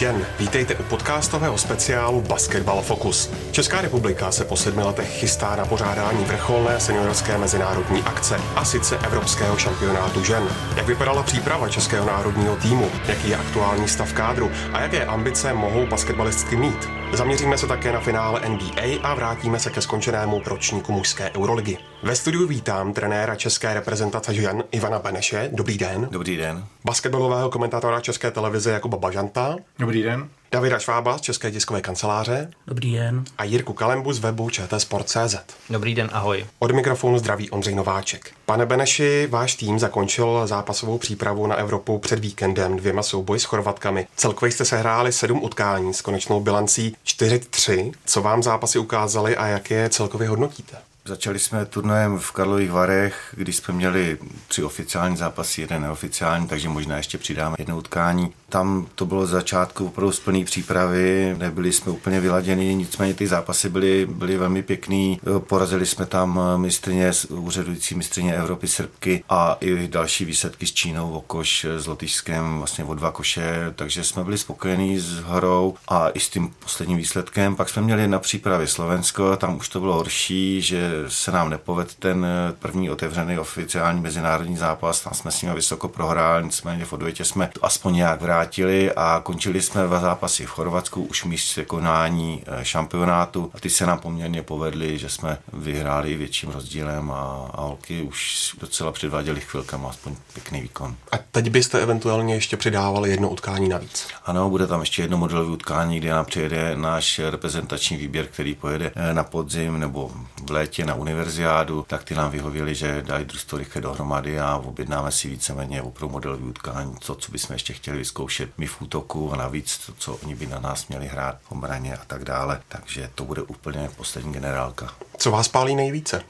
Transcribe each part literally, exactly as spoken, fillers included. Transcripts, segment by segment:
den, vítejte u podcastového speciálu Basketball Focus. Česká republika se po sedmi letech chystá na pořádání vrcholné seniorské mezinárodní akce, a sice Evropského šampionátu žen. Jak vypadala příprava českého národního týmu, jaký je aktuální stav kádru a jaké ambice mohou basketbalistky mít? Zaměříme se také na finále N B A a vrátíme se ke skončenému ročníku mužské Euroligy. Ve studiu vítám trenéra české reprezentace žen Ivana Beneše. Dobrý den. Dobrý den. Basketbalového komentátora České televize Jakuba Bažanta. Dobrý den. Davida Švába z České tiskové kanceláře. Dobrý den. A Jirku Kalembu z webu Č T Sport tečka cé zet. Dobrý den, ahoj. Od mikrofonu zdraví Ondřej Nováček. Pane Beneši, váš tým zakončil zápasovou přípravu na Evropu před víkendem dvěma souboji s Chorvatkami. Celkově jste sehráli sedm utkání s konečnou bilancí čtyři tři. Co vám zápasy ukázaly a jak je celkově hodnotíte? Začali jsme turnajem v Karlových Varech, kdy jsme měli tři oficiální zápasy, jeden neoficiální, takže možná ještě přidáme jedno utkání. Tam to bylo z začátku opravdu z plné přípravy, nebyli jsme úplně vyladěni, nicméně ty zápasy byly, byly velmi pěkný. Porazili jsme tam mistryně, úřadující mistryně Evropy Srbky a i další výsledky s Čínou o koš, s Lotyšskem vlastně o dva koše, takže jsme byli spokojení s hrou a i s tím posledním výsledkem. Pak jsme měli na přípravě Slovensko, tam už to bylo horší, že se nám nepovedl ten první otevřený oficiální mezinárodní zápas, tam jsme s nimi vysoko prohráli, nicméně v odvětě jsme to aspoň nějak vrátili a končili jsme dva zápasy v Chorvatsku, už místo konání šampionátu a ty se nám poměrně povedly, že jsme vyhráli větším rozdílem a, a holky už docela předváděli chvilkama aspoň pěkný výkon. A teď byste eventuálně ještě přidávali jedno utkání navíc? Ano, bude tam ještě jedno modelové utkání, kde nám přijede náš reprezentační výběr, který pojede na podzim nebo v létě na univerziádu, tak ty nám vyhověli, že dají družstvo rychle dohromady a objednáme si víceméně opravdu modelové utkání, to, co bychom ještě chtěli vyzkoušet my v útoku a navíc to, co oni by na nás měli hrát v obraně a tak dále. Takže to bude úplně poslední generálka. Co vás pálí nejvíce?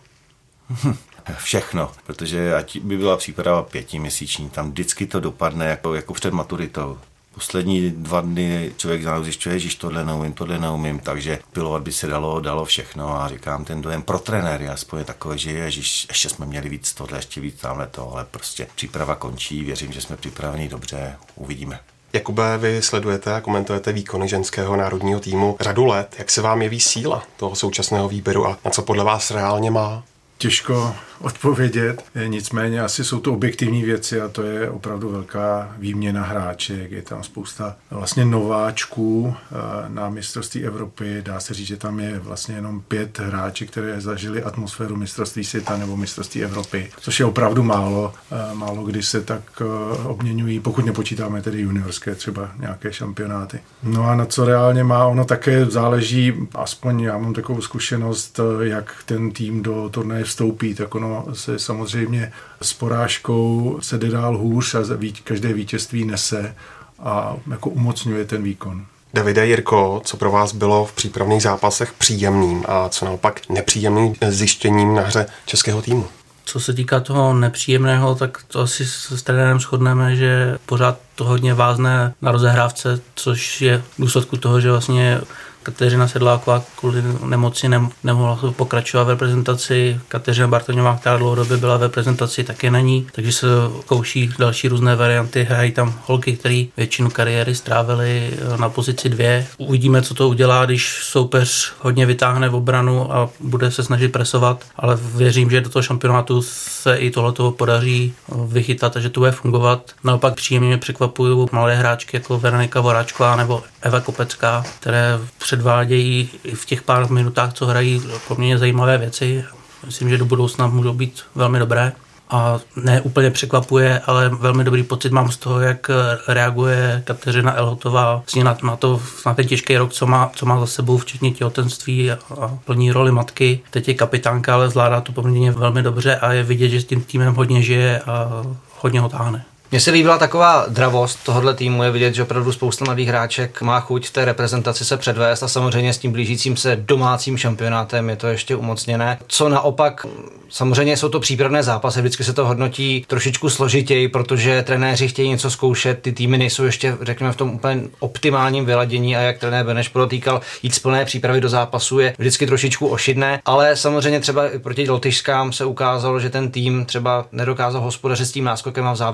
Všechno, protože ať by byla příprava pětiměsíční, tam vždycky to dopadne jako, jako před maturitou. Poslední dva dny člověk zjišťuje, že tohle neumím, tohle neumím, takže pilovat by se dalo, dalo všechno a říkám, ten dojem pro trenéry aspoň je takový, že ježiš, ještě jsme měli víc tohle, ještě víc tamhle to, ale prostě příprava končí, věřím, že jsme připraveni dobře, uvidíme. Jakube, vy sledujete a komentujete výkony ženského národního týmu řadu let. Jak se vám jeví síla toho současného výběru a na co podle vás reálně má? Těžko odpovědět, nicméně asi jsou to objektivní věci a to je opravdu velká výměna hráček, je tam spousta vlastně nováčků na mistrovství Evropy, dá se říct, že tam je vlastně jenom pět hráček, které zažili atmosféru mistrovství světa nebo mistrovství Evropy, což je opravdu málo, málo kdy se tak obměňují, pokud nepočítáme tedy juniorské třeba nějaké šampionáty. No a na co reálně má, ono také záleží, aspoň já mám takovou zkušenost, jak ten tým do turnaje vstoupí, tak ono se samozřejmě s porážkou se jde dál hůř a každé vítězství nese a jako umocňuje ten výkon. Davide, Jirko, co pro vás bylo v přípravných zápasech příjemným a co naopak nepříjemným zjištěním na hře českého týmu? Co se týká toho nepříjemného, tak to asi s trenérem shodneme, že pořád to hodně vázne na rozehrávce, což je v důsledku toho, že vlastně Kateřina Sedláková kvůli nemoci ne, nemohla pokračovat v reprezentaci. Kateřina Bartoňová, která dlouhodobě byla v reprezentaci, taky není. Takže se kouší další různé varianty. Hrají tam holky, které většinu kariéry strávily na pozici dvě. Uvidíme, co to udělá, když soupeř hodně vytáhne v obranu a bude se snažit presovat. Ale věřím, že do toho šampionátu se i tohleto podaří vychytat a že to bude fungovat. Naopak příjemně mě překvapují mladé hráčky jako Veronika Voráčková nebo Eva Kopecká, které předvádějí i v těch pár minutách, co hrají, poměrně zajímavé věci. Myslím, že do budoucna můžou být velmi dobré. A ne úplně překvapuje, ale velmi dobrý pocit mám z toho, jak reaguje Kateřina Elhotová na, na, to, na ten těžký rok, co má, co má za sebou, včetně těhotenství a, a plní roli matky. Teď je kapitánka, ale zvládá to poměrně velmi dobře a je vidět, že s tím týmem hodně žije a hodně ho táhne. Mně se líbila taková dravost tohohle týmu, je vidět, že opravdu spousta mladých hráček má chuť v té reprezentaci se předvést a samozřejmě s tím blížícím se domácím šampionátem je to ještě umocněné. Co naopak, samozřejmě jsou to přípravné zápasy, vždycky se to hodnotí trošičku složitěji, protože trenéři chtějí něco zkoušet, ty týmy nejsou ještě, řekněme, v tom úplně optimálním vyladění a jak trenér Beneš podotýkal, jít z plné přípravy do zápasu je vždycky trošičku ošidné, ale samozřejmě třeba i proti Lotyšskám se ukázalo, že ten tým třeba nedokázal hospodařit s tím náskokem a v závěru ho ztratil.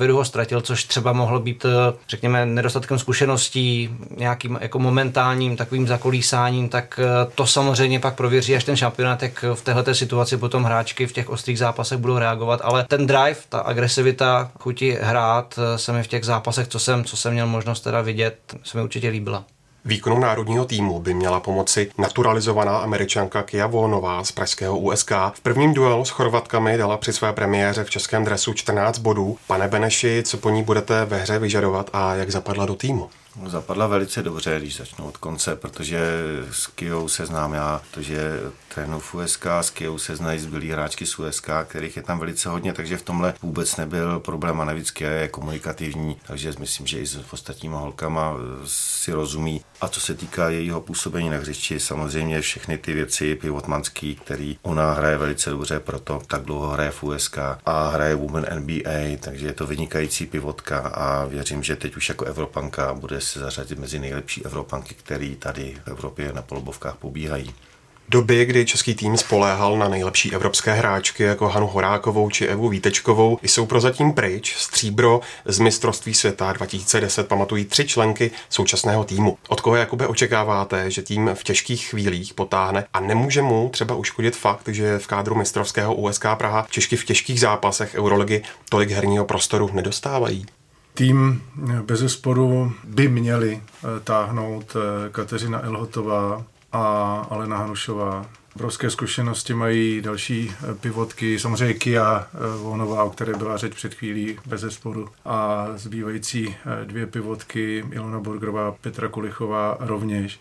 ztratil, což třeba mohlo být, řekněme, nedostatkem zkušeností, nějakým jako momentálním takovým zakolísáním, tak to samozřejmě pak prověří až ten šampionát, jak v téhleté situaci potom hráčky v těch ostrých zápasech budou reagovat, ale ten drive, ta agresivita, chuti hrát se mi v těch zápasech, co jsem, co jsem měl možnost teda vidět, se mi určitě líbila. Výkonu národního týmu by měla pomoci naturalizovaná Američanka Kia Vonová z pražského U S K. V prvním duelu s Chorvatkami dala při své premiéře v českém dresu čtrnáct bodů. Pane Beneši, co po ní budete ve hře vyžadovat a jak zapadla do týmu? Zapadla velice dobře, když začnu od konce, protože s Kijou se znám já, protože trénu v U S K, s Kijou se znají zbylí hráčky z U S K, kterých je tam velice hodně, takže v tomhle vůbec nebyl problém a navíc Kia je komunikativní, takže myslím, že i s ostatníma holkama si rozumí. A co se týká jejího působení na hřišti, samozřejmě všechny ty věci pivotmanský, který ona hraje velice dobře, proto tak dlouho hraje v U S K a hraje Women N B A, takže je to vynikající pivotka a věřím, že teď už jako Evropanka bude se zařadit mezi nejlepší Evropanky, který tady v Evropě na polobovkách pobíhají. Doby, kdy český tým spoléhal na nejlepší evropské hráčky jako Hanu Horákovou či Evu Vítečkovou, jsou prozatím pryč. Stříbro z mistrovství světa dva tisíce deset pamatují tři členky současného týmu. Od koho, Jakube, očekáváte, že tým v těžkých chvílích potáhne a nemůže mu třeba uškodit fakt, že v kádru mistrovského U S K Praha Češky v těžkých zápasech Euroligy tolik herního prostoru nedostávají? Tým bezesporu by měli táhnout Kateřina Elhotová a Alena Hanušová. Obrovské zkušenosti mají další pivotky, samozřejmě Kia Vonová, o které byla řeč před chvílí, bezesporu, a zbývající dvě pivotky, Ilona Borgerová, Petra Kulichová rovněž.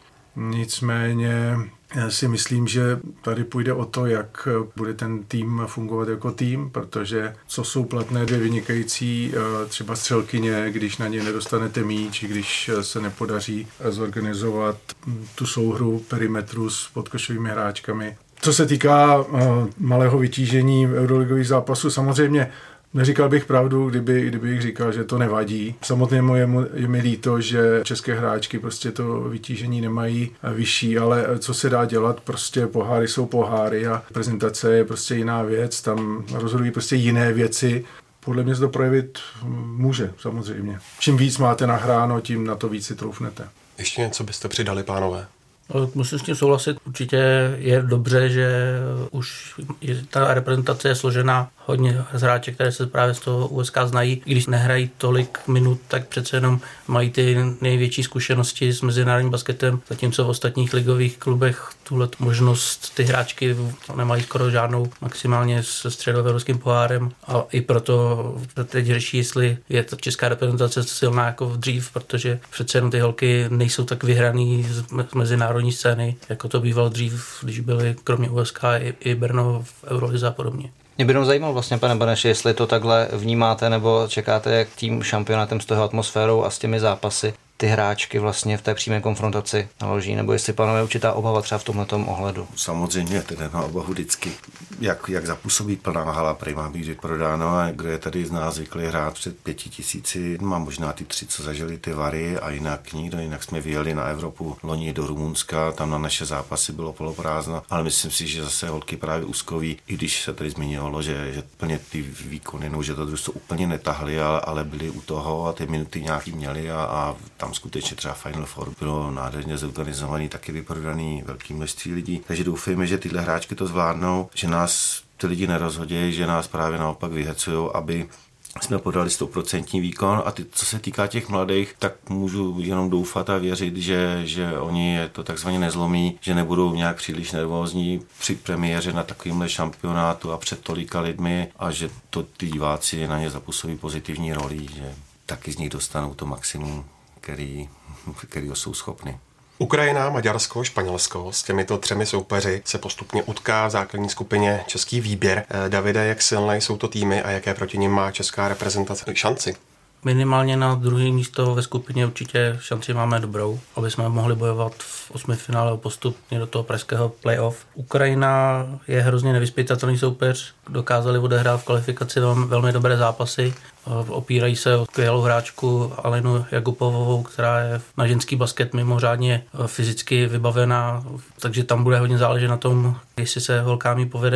Nicméně si myslím, že tady půjde o to, jak bude ten tým fungovat jako tým, protože co jsou platné dvě vynikající třeba střelkyně, když na ně nedostanete míč, když se nepodaří zorganizovat tu souhru perimetru s podkošovými hráčkami. Co se týká malého vytížení euroligových zápasů, samozřejmě neříkal bych pravdu, kdyby, kdybych říkal, že to nevadí. Samotně je, je mi líto, že české hráčky prostě to vytížení nemají vyšší, ale co se dá dělat, prostě poháry jsou poháry a prezentace je prostě jiná věc, tam rozhodují prostě jiné věci. Podle mě se to projevit může, samozřejmě. Čím víc máte nahráno, tím na to víc si troufnete. Ještě něco byste přidali, pánové? Musím s tím souhlasit. Určitě je dobře, že už ta reprezentace je složená hodně z hráček, které se právě z toho U S K znají. I když nehrají tolik minut, tak přece jenom mají ty největší zkušenosti s mezinárodním basketem, zatímco v ostatních ligových klubech tuhle možnost ty hráčky nemají skoro žádnou, maximálně se středoevropským pohárem, a i proto teď řeší, jestli je ta česká reprezentace silná jako v dřív, protože přece jenom ty holky nejsou tak vyhraný z mezinárodní scény, jako to bývalo dřív, když byly kromě U S K i, i Brno v Eurolize a podobně. Mě by jenom zajímalo vlastně, pane Beneši, jestli to takhle vnímáte, nebo čekáte, jak tím šampionátem s toho atmosférou a s těmi zápasy ty hráčky vlastně v té přímé konfrontaci naloží, nebo jestli panuje určitá obava třeba v tomhletom ohledu. Samozřejmě, tedy na obavu vždycky. Jak, jak zapůsobí plná hala, prej má být prodáno, a kdo je tady z nás zvyklý hrát před pěti tisíci, má možná ty tři, co zažili ty Vary, a jinak nikdo, jinak jsme vyjeli na Evropu loni do Rumunska, tam na naše zápasy bylo poloprázdno, ale myslím si, že zase holky právě úskoví, i když se tady zmiňovalo, že, že plně ty výkony, no, že to družstvo úplně netahli, ale, ale byli u toho a ty minuty nějaký měli a, a tam skutečně třeba Final Four bylo nádherně zorganizovaný, taky vyprodaný velké množství lidí. Takže doufejme, že tyhle hráčky to zvládnou, že nás ty lidi nerozhodějí, že nás právě naopak vyhecujou, aby jsme podali stoprocentní výkon, a ty, co se týká těch mladých, tak můžu jenom doufat a věřit, že, že oni je to takzvaně nezlomí, že nebudou nějak příliš nervózní při premiéře na takovémhle šampionátu a před tolika lidmi, a že to ty diváci na ně zapůsobí pozitivní roli, že taky z nich dostanou to maximum, který, kterýho jsou schopni. Ukrajina, Maďarsko, Španělsko, s těmito třemi soupeři se postupně utká v základní skupině český výběr. Davide, jak silné jsou to týmy a jaké proti nim má česká reprezentace šanci? Minimálně na druhé místo ve skupině určitě šanci máme dobrou, aby jsme mohli bojovat v osmifinále o postup do toho pražského playoff. Ukrajina je hrozně nevyzpytatelný soupeř, dokázali odehrát v kvalifikaci velmi dobré zápasy, opírají se o skvělou hráčku Alenu Jagupovovou, která je na ženský basket mimořádně fyzicky vybavená, takže tam bude hodně záležet na tom, jestli se holkám jí povede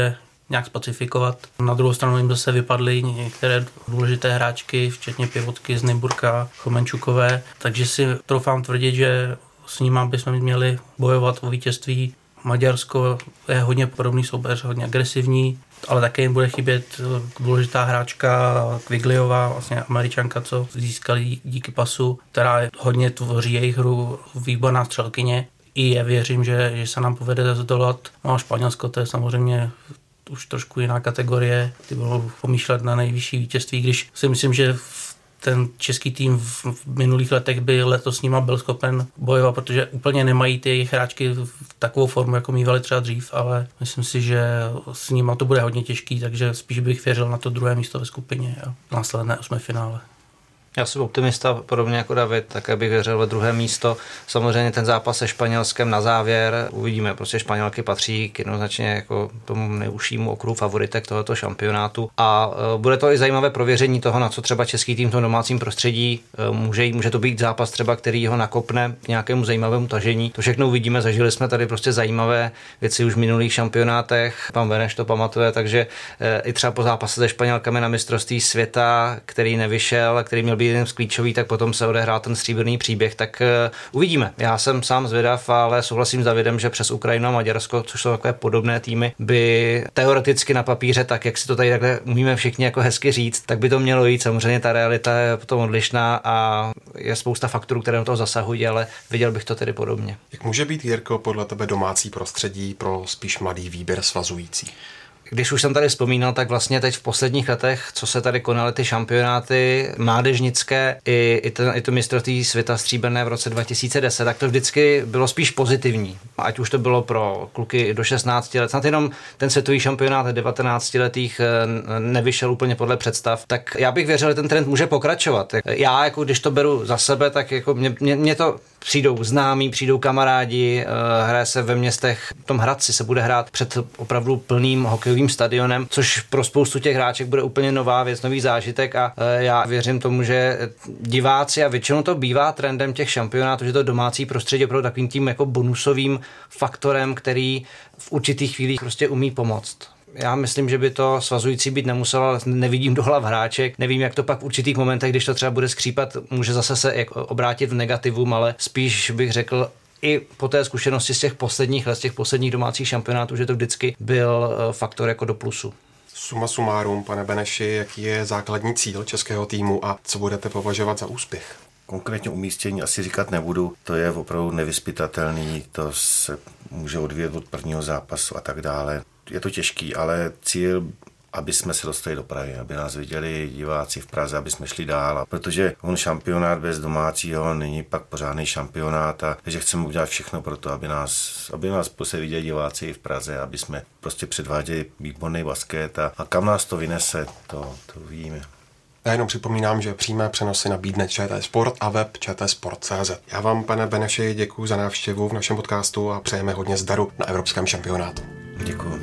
nějak spacifikovat. Na druhou stranu jim zase vypadly některé důležité hráčky, včetně pivotky z Nymburka, Chomenčukové, takže si troufám tvrdit, že s nimi bychom měli bojovat o vítězství. Maďarsko je hodně podobný soupeř, hodně agresivní, ale také jim bude chybět důležitá hráčka Kvigliová, vlastně Američanka, co získali díky pasu, která hodně tvoří jejich hru, výborná střelkyně. I je věřím, že, že se nám povede zdolat. No a Španělsko, to je samozřejmě už trošku jiná kategorie. Ty budou pomýšlet na nejvyšší vítězství, když si myslím, že ten český tým v minulých letech by letos s nima byl schopen bojovat, protože úplně nemají ty jejich hráčky v takovou formu, jako mívali třeba dřív, ale myslím si, že s nima to bude hodně těžký, takže spíš bych věřil na to druhé místo ve skupině a následné osmé finále. Já jsem optimista, podobně jako David, také bych věřil ve druhé místo. Samozřejmě ten zápas se Španělskem na závěr uvidíme, prostě Španělky patří k jednoznačně jako tomu nejužšímu okruhu favoritek tohoto šampionátu a bude to i zajímavé prověření toho, na co třeba český tým v tom domácím prostředí může, může to být zápas třeba, který ho nakopne k nějakému zajímavému tažení. To všechno uvidíme, zažili jsme tady prostě zajímavé věci už v minulých šampionátech, pan Beneš to pamatuje, takže i třeba po zápase se Španělkami na mistrovství světa, který nevyšel, který měl být jeden z klíčový, tak potom se odehrál ten stříbrný příběh, tak uh, uvidíme. Já jsem sám zvědav, ale souhlasím s Davidem, že přes Ukrajinu a Maďarsko, což jsou takové podobné týmy, by teoreticky na papíře, tak jak si to tady takhle umíme všichni jako hezky říct, tak by to mělo jít. Samozřejmě ta realita je potom odlišná a je spousta faktorů, které do toho zasahují, ale viděl bych to tedy podobně. Jak může být, Jirko, podle tebe domácí prostředí pro spíš mladý výběr svazující? Když už jsem tady vzpomínal, tak vlastně teď v posledních letech, co se tady konaly ty šampionáty mládežnické i, i, to, i to mistrovství světa stříbrné v roce dva tisíce deset, tak to vždycky bylo spíš pozitivní. Ať už to bylo pro kluky do šestnácti let, snad jenom ten světový šampionát devatenáctiletých nevyšel úplně podle představ, tak já bych věřil, že ten trend může pokračovat. Já, jako když to beru za sebe, tak jako mě, mě, mě to přijdou známí, přijdou kamarádi, hraje se ve městech, v tom Hradci se bude hrát před opravdu plným hokejovým stadionem, což pro spoustu těch hráček bude úplně nová věc, nový zážitek a já věřím tomu, že diváci, a většinou to bývá trendem těch šampionátů, že to domácí prostředí je opravdu takovým tím jako bonusovým faktorem, který v určitých chvílích prostě umí pomoct. Já myslím, že by to svazující být nemuselo, ale nevidím do hlav hráček. Nevím, jak to pak v určitých momentech, když to třeba bude skřípat, může zase se obrátit v negativum, ale spíš bych řekl, i po té zkušenosti z těch posledních let, z těch posledních domácích šampionátů, že to vždycky byl faktor jako do plusu. Suma sumárum, pane Beneši, jaký je základní cíl českého týmu a co budete považovat za úspěch? Konkrétně umístění asi říkat nebudu, to je opravdu nevyzpytatelný, to se může odvíjet od prvního zápasu a tak dále. Je to těžký, ale cíl, aby jsme se dostali do Prahy, aby nás viděli diváci v Praze, aby jsme šli dál, protože on šampionát bez domácího není pak pořádný šampionát a že chceme udělat všechno pro to, aby nás, aby nás prostě viděli diváci i v Praze, aby jsme prostě předváděli výborný basket a, a kam nás to vynese, to, to víme. Já jenom připomínám, že přímé přenosy nabídne ČT Sport a web čtsport tečka cz. Já vám, pane Beneši, děkuji za návštěvu v našem podcastu a přejeme hodně zdaru na evropském šampionátu. Děkuji.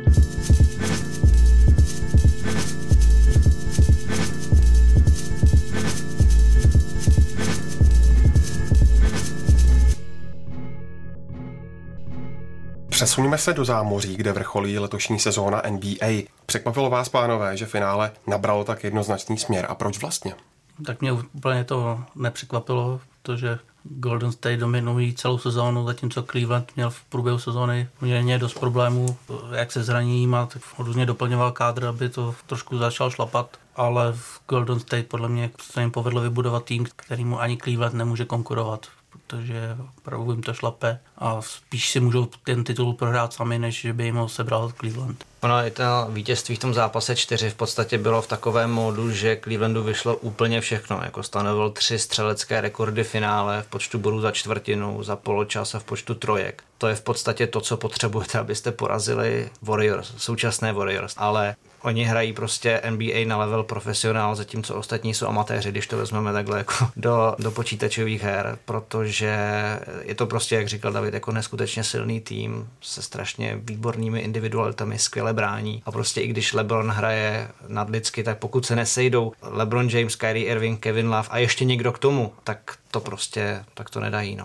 Přesuneme se do zámoří, kde vrcholí letošní sezóna N B A. Překvapilo vás, pánové, že finále nabralo tak jednoznačný směr a proč vlastně? Tak mě úplně to nepřekvapilo, protože Golden State dominují celou sezónu, zatímco Cleveland měl v průběhu sezóny poměrně dost problémů, jak se zraněním a tak různě doplňoval kádr, aby to trošku začal šlapat, ale v Golden State podle mě se jim povedlo vybudovat tým, kterýmu ani Cleveland nemůže konkurovat, protože opravdu jim to šlape a spíš si můžou ten titul prohrát sami, než že by jim ho sebral Cleveland. Ono i to vítězství v tom zápase čtyři v podstatě bylo v takovém módu, že Clevelandu vyšlo úplně všechno. Jako stanovil tři střelecké rekordy finále v počtu bodů za čtvrtinu, za poločas a v počtu trojek. To je v podstatě to, co potřebujete, abyste porazili Warriors, současné Warriors. Ale oni hrají prostě N B A na level profesionál, zatímco ostatní jsou amatéři, když to vezmeme takhle jako do, do počítačových her, protože je to prostě, jak říkal David, jako neskutečně silný tým se strašně výbornými individualitami, skvěle brání a prostě i když LeBron hraje nadlidsky, tak pokud se nesejdou LeBron James, Kyrie Irving, Kevin Love a ještě někdo k tomu, tak to prostě, tak to nedají, no.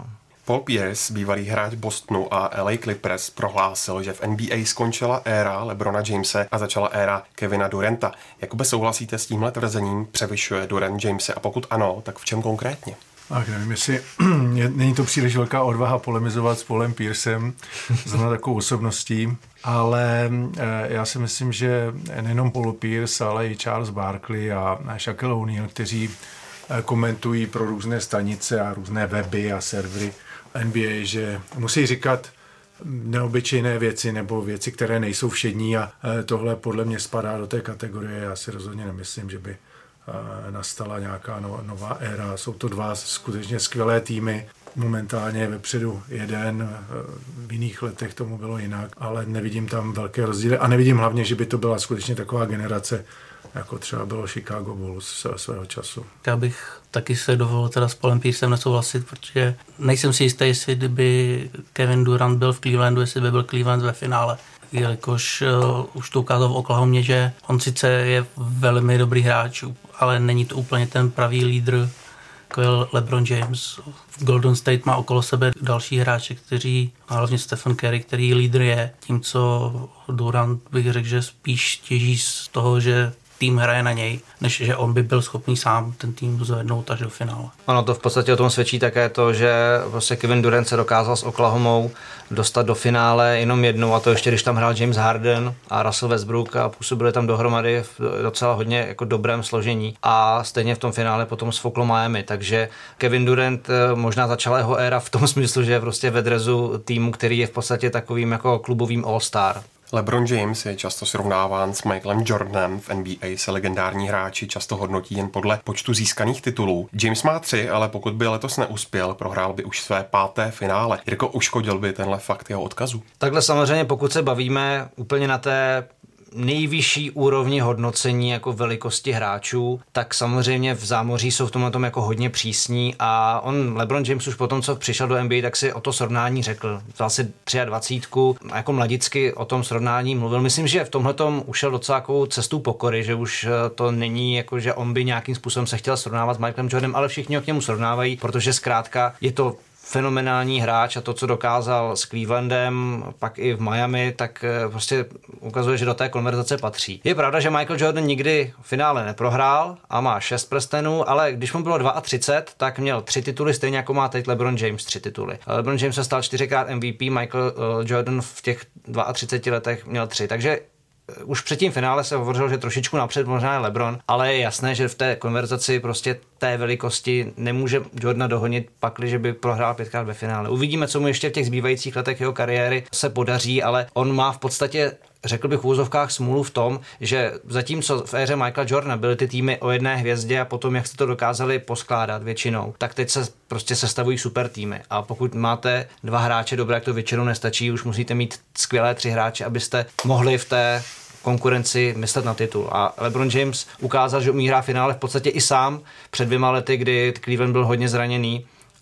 Paul Pierce, bývalý hráč Bostonu a L A Clippers, prohlásil, že v N B A skončila éra LeBrona Jamese a začala éra Kevina Duranta. Jakube, souhlasíte s tímhle tvrzením? Převyšuje Durant Jamese a pokud ano, tak v čem konkrétně? Ach, nevím, jestli není to příliš velká odvaha polemizovat s Paulem Piercem, znamená takovou osobností, ale já si myslím, že nejenom Paul Pierce, ale i Charles Barkley a Shaquille O'Neal, kteří komentují pro různé stanice a různé weby a servery N B A, že musí říkat neobyčejné věci nebo věci, které nejsou všední a tohle podle mě spadá do té kategorie. Já si rozhodně nemyslím, že by nastala nějaká nová éra. Jsou to dva skutečně skvělé týmy. Momentálně je vepředu jeden, v jiných letech tomu bylo jinak, ale nevidím tam velké rozdíly a nevidím hlavně, že by to byla skutečně taková generace, jako třeba bylo Chicago Bulls svého času. Já bych taky se dovolil teda s Paulem Piercem nesouhlasit, protože nejsem si jistý, jestli kdyby Kevin Durant byl v Clevelandu, jestli by byl Cleveland ve finále. Jelikož uh, už to ukázal v Oklahomě, že on sice je velmi dobrý hráč, ale není to úplně ten pravý lídr, jako je LeBron James. V Golden State má okolo sebe další hráče, kteří, a hlavně Stephen Curry, který lídr je, tím co Durant bych řekl, že spíš těží z toho, že tým hraje na něj, než že on by byl schopný sám ten tým zvednout až do finále. Ano, to v podstatě o tom svědčí také to, že prostě Kevin Durant se dokázal s Oklahomou dostat do finále jenom jednou, a to ještě když tam hrál James Harden a Russell Westbrook a působili tam dohromady v docela hodně jako dobrém složení a stejně v tom finále potom sfoklo Miami, takže Kevin Durant možná začala jeho éra v tom smyslu, že je prostě ve dresu týmu, který je v podstatě takovým jako klubovým all-star. LeBron James je často srovnáván s Michaelem Jordanem. V N B A se legendární hráči často hodnotí jen podle počtu získaných titulů. James má tři, ale pokud by letos neuspěl, prohrál by už své páté finále. Jirko, uškodil by tenhle fakt jeho odkazu? Takhle samozřejmě, pokud se bavíme úplně na té nejvyšší úrovni hodnocení jako velikosti hráčů, tak samozřejmě v zámoří jsou v tomhle tom jako hodně přísní a on, LeBron James, už potom, co přišel do N B A, tak si o to srovnání řekl. Vzal si dvacet tři a jako mladicky o tom srovnání mluvil. Myslím, že v tomhle tom ušel docela takovou cestu pokory, že už to není jako, že on by nějakým způsobem se chtěl srovnávat s Michaelem Jordanem, ale všichni ho k němu srovnávají, protože zkrátka je to fenomenální hráč a to, co dokázal s Clevelandem, pak i v Miami, tak prostě ukazuje, že do té konverzace patří. Je pravda, že Michael Jordan nikdy v finále neprohrál a má šest prstenů, ale když mu bylo třicet dva, tak měl tři tituly, stejně jako má teď LeBron James tři tituly. LeBron James se stal čtyřikrát M V P, Michael Jordan v těch třiceti dvou letech měl tři, takže už před tím finále se hovořilo, že trošičku napřed možná je LeBron, ale je jasné, že v té konverzaci prostě té velikosti nemůže Jordana dohonit, pakliže by prohrál pětkrát ve finále. Uvidíme, co mu ještě v těch zbývajících letech jeho kariéry se podaří, ale on má v podstatě, řekl bych v úzovkách, smůlu v tom, že zatímco v éře Michaela Jordana byly ty týmy o jedné hvězdě a potom, jak jste to dokázali poskládat většinou, tak teď se prostě sestavují super týmy. A pokud máte dva hráče dobré, jak to většinou nestačí, už musíte mít skvělé tři hráče, abyste mohli v té konkurenci myslet na titul. A LeBron James ukázal, že umí hrát finále v podstatě i sám před dvěma lety, kdy Cleveland byl hodně zraněný,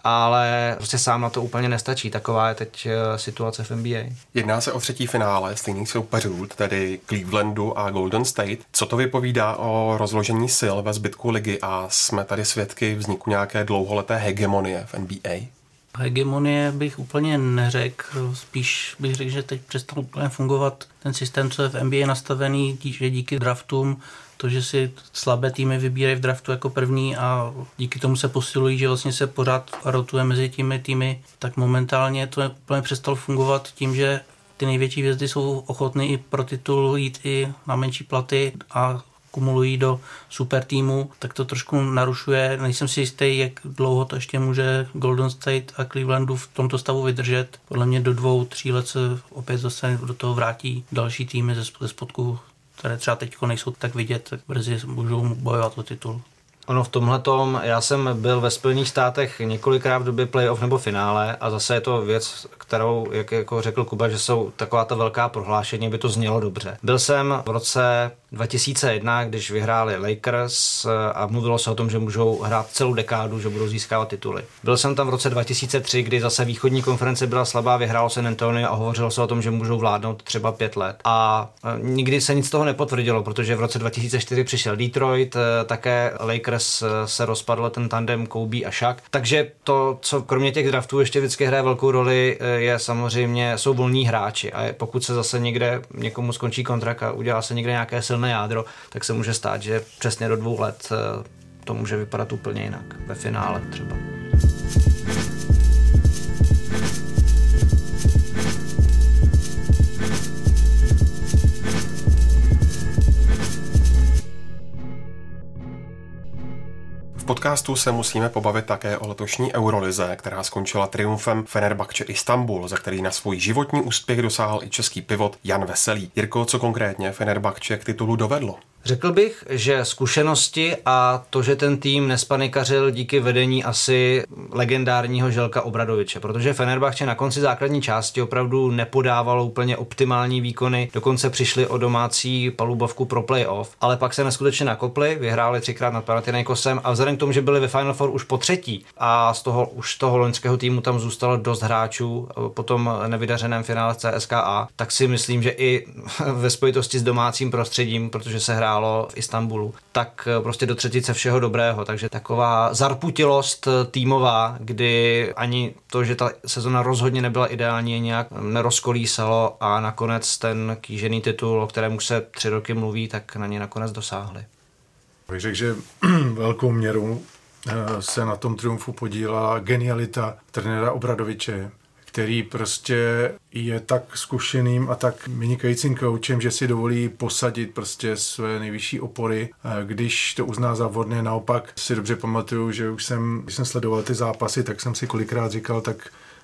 ale prostě sám na to úplně nestačí. Taková je teď situace v N B A. Jedná se o třetí finále stejných soupeřů, tedy Clevelandu a Golden State. Co to vypovídá o rozložení sil ve zbytku ligy a jsme tady svědky vzniku nějaké dlouholeté hegemonie v N B A? Hegemonie bych úplně neřekl, spíš bych řekl, že teď přestal úplně fungovat ten systém, co je v N B A nastavený, že díky draftům, to, že si slabé týmy vybírají v draftu jako první a díky tomu se posilují, že vlastně se pořád rotuje mezi těmi týmy, tak momentálně to úplně přestalo fungovat tím, že ty největší hvězdy jsou ochotny i pro titul jít i na menší platy a kumulují do super týmu, tak to trošku narušuje. Nejsem si jistý, jak dlouho to ještě může Golden State a Clevelandu v tomto stavu vydržet. Podle mě do dvou, tří let se opět zase do toho vrátí další týmy ze spodku, které třeba teď nejsou tak vidět, tak brzy můžou bojovat o titul. Ono v tomhletom, já jsem byl ve Spojených státech několikrát v době playoff nebo finále a zase je to věc, kterou, jak jako řekl Kuba, že jsou taková ta velká prohlášení, by to znělo dobře. Byl jsem v roce dva tisíce jedna, když vyhráli Lakers a mluvilo se o tom, že můžou hrát celou dekádu, že budou získávat tituly. Byl jsem tam v roce dva tisíce tři, kdy zase východní konference byla slabá, vyhrálo San Antonio a hovořilo se o tom, že můžou vládnout třeba pět let. A nikdy se nic z toho nepotvrdilo, protože v roce dva tisíce čtyři přišel Detroit, také Lakers se rozpadl ten tandem Kobe a Shaq. Takže to, co kromě těch draftů ještě vždycky hraje velkou roli, je samozřejmě, jsou volní hráči. A pokud se zase někde někomu skončí kontrakt a udělá se někde nějaké silné jádro, tak se může stát, že přesně do dvou let to může vypadat úplně jinak. Ve finále třeba. V podcastu se musíme pobavit také o letošní Eurolize, která skončila triumfem Fenerbahce Istanbul, za který na svůj životní úspěch dosáhl i český pivot Jan Veselý. Jirko, co konkrétně Fenerbahce k titulu dovedlo? Řekl bych, že zkušenosti a to, že ten tým nespanikařil díky vedení asi legendárního Želka Obradoviče, protože Fenerbahce na konci základní části opravdu nepodávalo úplně optimální výkony, dokonce přišli o domácí palubovku pro playoff, ale pak se neskutečně nakopli, vyhráli třikrát nad Panathinaikosem a vzhledem k tomu, že byli ve Final Four už po třetí a z toho už toho loňského týmu tam zůstalo dost hráčů po tom nevydařeném finále C S K A, tak si myslím, že i ve spojitosti s domácím prostředím, protože se hrál v Istanbulu, tak prostě do třetice všeho dobrého, takže taková zarputilost týmová, kdy ani to, že ta sezona rozhodně nebyla ideální, nějak nerozkolísalo a nakonec ten kýžený titul, o kterém už se tři roky mluví, tak na ně nakonec dosáhli. Bych řekl, že velkou měrou se na tom triumfu podílela genialita trenéra Obradoviče, který prostě je tak zkušeným a tak vynikajícím koučem, že si dovolí posadit prostě své nejvyšší opory, když to uzná za vhodné. Naopak si dobře pamatuju, že už jsem, když jsem sledoval ty zápasy, tak jsem si kolikrát říkal, tak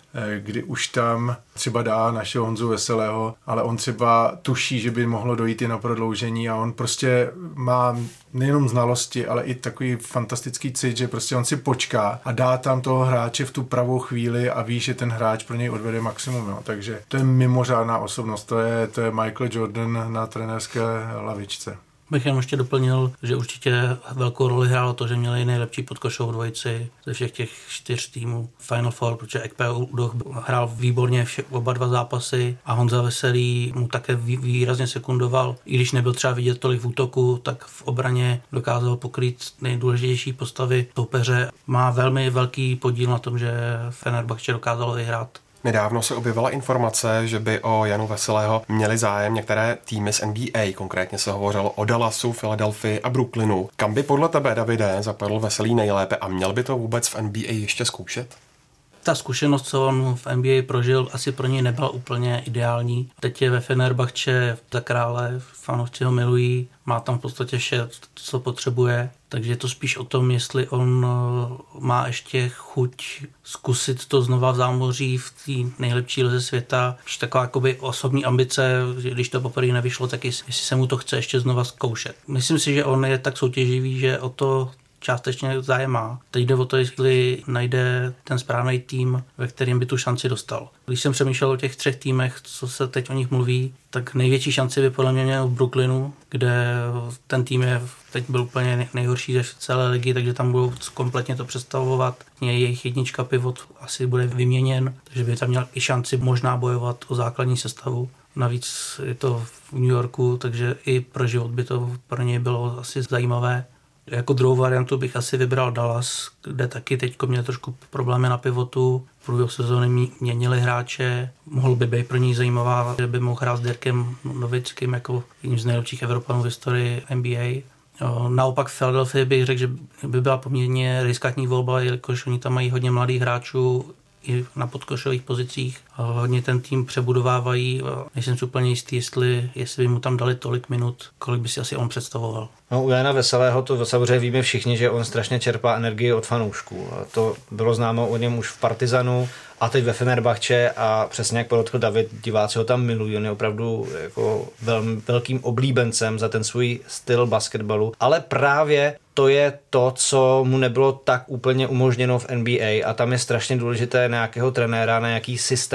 kdy už tam třeba dá našeho Honzu Veselého, ale on třeba tuší, že by mohlo dojít i na prodloužení a on prostě má nejenom znalosti, ale i takový fantastický cit, že prostě on si počká a dá tam toho hráče v tu pravou chvíli a ví, že ten hráč pro něj odvede maximum. No. Takže to je mimořádná osobnost, to je, to je Michael Jordan na trenérské lavičce. Bych jenom ještě doplnil, že určitě velkou roli hrálo to, že měli nejlepší podkošovou dvojici ze všech těch čtyř týmů Final Four, protože Ekpe Udoh hrál výborně vše, oba dva zápasy a Honza Veselý mu také výrazně sekundoval. I když nebyl třeba vidět tolik v útoku, tak v obraně dokázal pokrýt nejdůležitější postavy soupeře. Má velmi velký podíl na tom, že Fenerbahce dokázalo vyhrát. Nedávno se objevila informace, že by o Janu Veselého měli zájem některé týmy z N B A, konkrétně se hovořilo o Dallasu, Philadelphii a Brooklynu. Kam by podle tebe, Davide, zapadl Veselý nejlépe a měl by to vůbec v N B A ještě zkoušet? Ta zkušenost, co on v N B A prožil, asi pro něj nebyla úplně ideální. Teď je ve Fenerbahce za krále, fanoušci ho milují, má tam v podstatě vše, co potřebuje, takže je to spíš o tom, jestli on má ještě chuť zkusit to znova v zámoří v té nejlepší lize světa. Když taková jakoby osobní ambice, když to poprvé nevyšlo, tak jestli se mu to chce ještě znova zkoušet. Myslím si, že on je tak soutěživý, že o to částečně zájem má. Teď jde o to, jestli najde ten správný tým, ve kterém by tu šanci dostal. Když jsem přemýšlel o těch třech týmech, co se teď o nich mluví, tak největší šanci by podle mě měl v Brooklynu, kde ten tým je teď byl úplně nejhorší ze celé ligy, takže tam budou kompletně to představovat. Jejich jednička pivot asi bude vyměněn, takže by tam měl i šanci možná bojovat o základní sestavu. Navíc je to v New Yorku, takže i pro život by to pro něj bylo asi zajímavé. Jako druhou variantu bych asi vybral Dallas, kde taky teď měl trošku problémy na pivotu. V průběhu sezóny měnili hráče, mohl by být pro ní zajímavá, že by mohl hrát s Dirkem Nowickým jako jedním z nejlepších Evropanů v historii N B A. Naopak v Philadelphia bych řekl, že by byla poměrně riskantní volba, jelikož oni tam mají hodně mladých hráčů i na podkošových pozicích. Hodně ten tým přebudovávají. Nejsem si úplně jistý, jestli, jestli by mu tam dali tolik minut, kolik by si asi on představoval. No, u Jana Veselého to samozřejmě víme všichni, že on strašně čerpá energii od fanoušků. A to bylo známo o něm už v Partizanu a teď ve Fenerbahce a přesně jak podotkl David, diváci ho tam milují. On je opravdu jako velmi velkým oblíbencem za ten svůj styl basketbalu, ale právě to je to, co mu nebylo tak úplně umožněno v N B A a tam je strašně důležité nějakého trenéra, na nějaký systém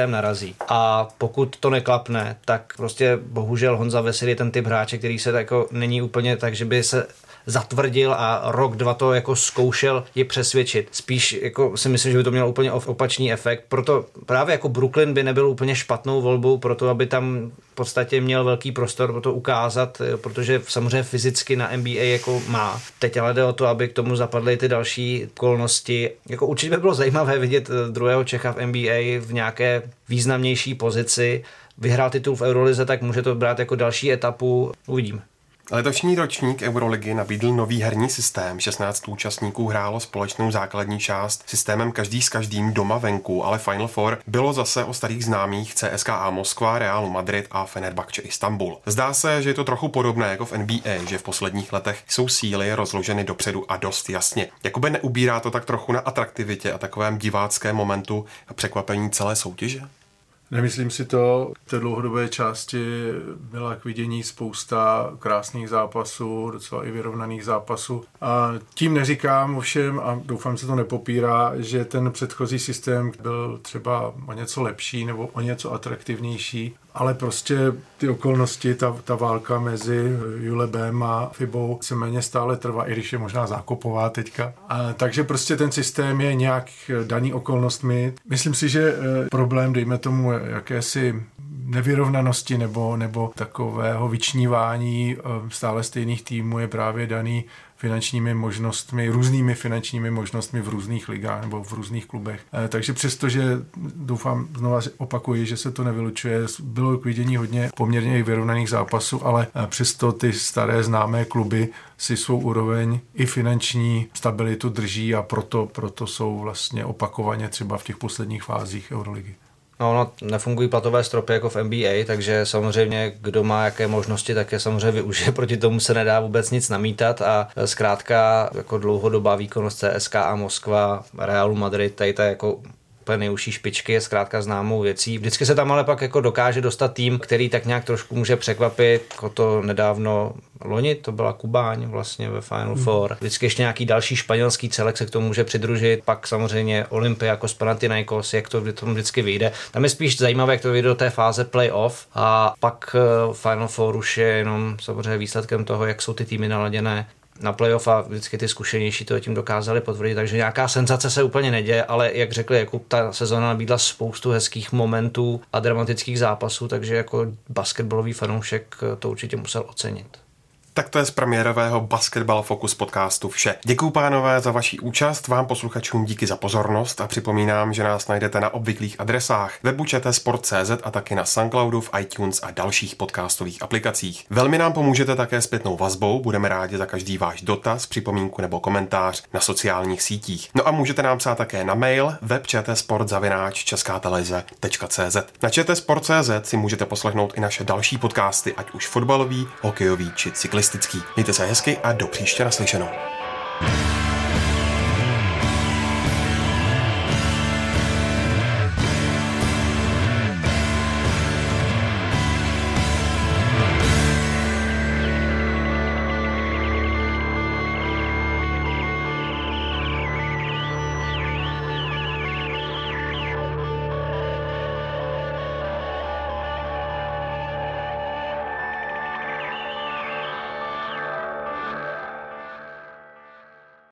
systém narazí. A pokud to neklapne, tak prostě bohužel Honza Veselý je ten typ hráče, který se jako není úplně tak, že by se zatvrdil a rok, dva to jako zkoušel je přesvědčit. Spíš jako si myslím, že by to mělo úplně opačný efekt. Proto právě jako Brooklyn by nebyl úplně špatnou volbou pro to, aby tam v podstatě měl velký prostor pro to ukázat, protože samozřejmě fyzicky na N B A jako má. Teď ale jde o to, aby k tomu zapadly ty další okolnosti. Jako určitě by bylo zajímavé vidět druhého Čecha v N B A v nějaké významnější pozici. Vyhrál titul v Eurolize, tak může to brát jako další etapu. Uvidíme. Letošní ročník Euroligy nabídl nový herní systém. šestnáct účastníků hrálo společnou základní část systémem každý s každým doma venku, ale Final Four bylo zase o starých známých C S K A Moskva, Realu Madrid a Fenerbahce Istanbul. Zdá se, že je to trochu podobné jako v N B A, že v posledních letech jsou síly rozloženy dopředu a dost jasně. Jakoby neubírá to tak trochu na atraktivitě a takovém diváckém momentu a překvapení celé soutěže? Nemyslím si to. V té dlouhodobé části byla k vidění spousta krásných zápasů, docela i vyrovnaných zápasů. A tím neříkám ovšem, a doufám, že se to nepopírá, že ten předchozí systém byl třeba o něco lepší nebo o něco atraktivnější, ale prostě ty okolnosti, ta, ta válka mezi Julebem a Fibou se méně stále trvá, i když je možná zákopová teďka. A, takže prostě ten systém je nějak daný okolnostmi. Myslím si, že e, problém, dejme tomu, jakési nevyrovnanosti nebo, nebo takového vyčnívání e, stále stejných týmů je právě daný finančními možnostmi, různými finančními možnostmi v různých ligách nebo v různých klubech. E, takže přestože doufám, znova opakuji, že se to nevylučuje, bylo k vidění hodně poměrně i vyrovnaných zápasů, ale přesto ty staré známé kluby si svou úroveň i finanční stabilitu drží a proto, proto jsou vlastně opakovaně třeba v těch posledních fázích Euroligy. No, no, nefungují platové stropy jako v N B A, takže samozřejmě kdo má jaké možnosti, tak je samozřejmě využije, proti tomu se nedá vůbec nic namítat a zkrátka jako dlouhodobá výkonnost C S K A Moskva, Realu Madrid, tady ta jako úplně nejužší špičky je zkrátka známou věcí. Vždycky se tam ale pak jako dokáže dostat tým, který tak nějak trošku může překvapit, jako to nedávno loni, to byla Kubáň vlastně ve Final hmm. Four. Vždycky ještě nějaký další španělský celek se k tomu může přidružit, pak samozřejmě Olympiakos, Panathinaikos, jak to tomu vždycky vyjde. Tam je spíš zajímavé, jak to vyjde do té fáze playoff a pak Final Four už je jenom samozřejmě výsledkem toho, jak jsou ty týmy naladěné na playoff a vždycky ty zkušenější to tím dokázali potvrdit, takže nějaká senzace se úplně neděje, ale jak řekli, jako ta sezona nabídla spoustu hezkých momentů a dramatických zápasů, takže jako basketbalový fanoušek to určitě musel ocenit. Tak to je z premiérového Basketball Focus podcastu vše. Děkuju, pánové, za vaši účast, vám posluchačům díky za pozornost a připomínám, že nás najdete na obvyklých adresách webu čtsport tečka cz a taky na Soundcloudu, v iTunes a dalších podcastových aplikacích. Velmi nám pomůžete také zpětnou vazbou, budeme rádi za každý váš dotaz, připomínku nebo komentář na sociálních sítích. No a můžete nám psát také na mail web čtsport zavináč česká televize tečka cz. Na čtsport tečka cz si můžete poslechnout i naše další podcasty, ať už fotbalový, hokejový či cyklistický. Mějte se hezky a do příště naslyšenou.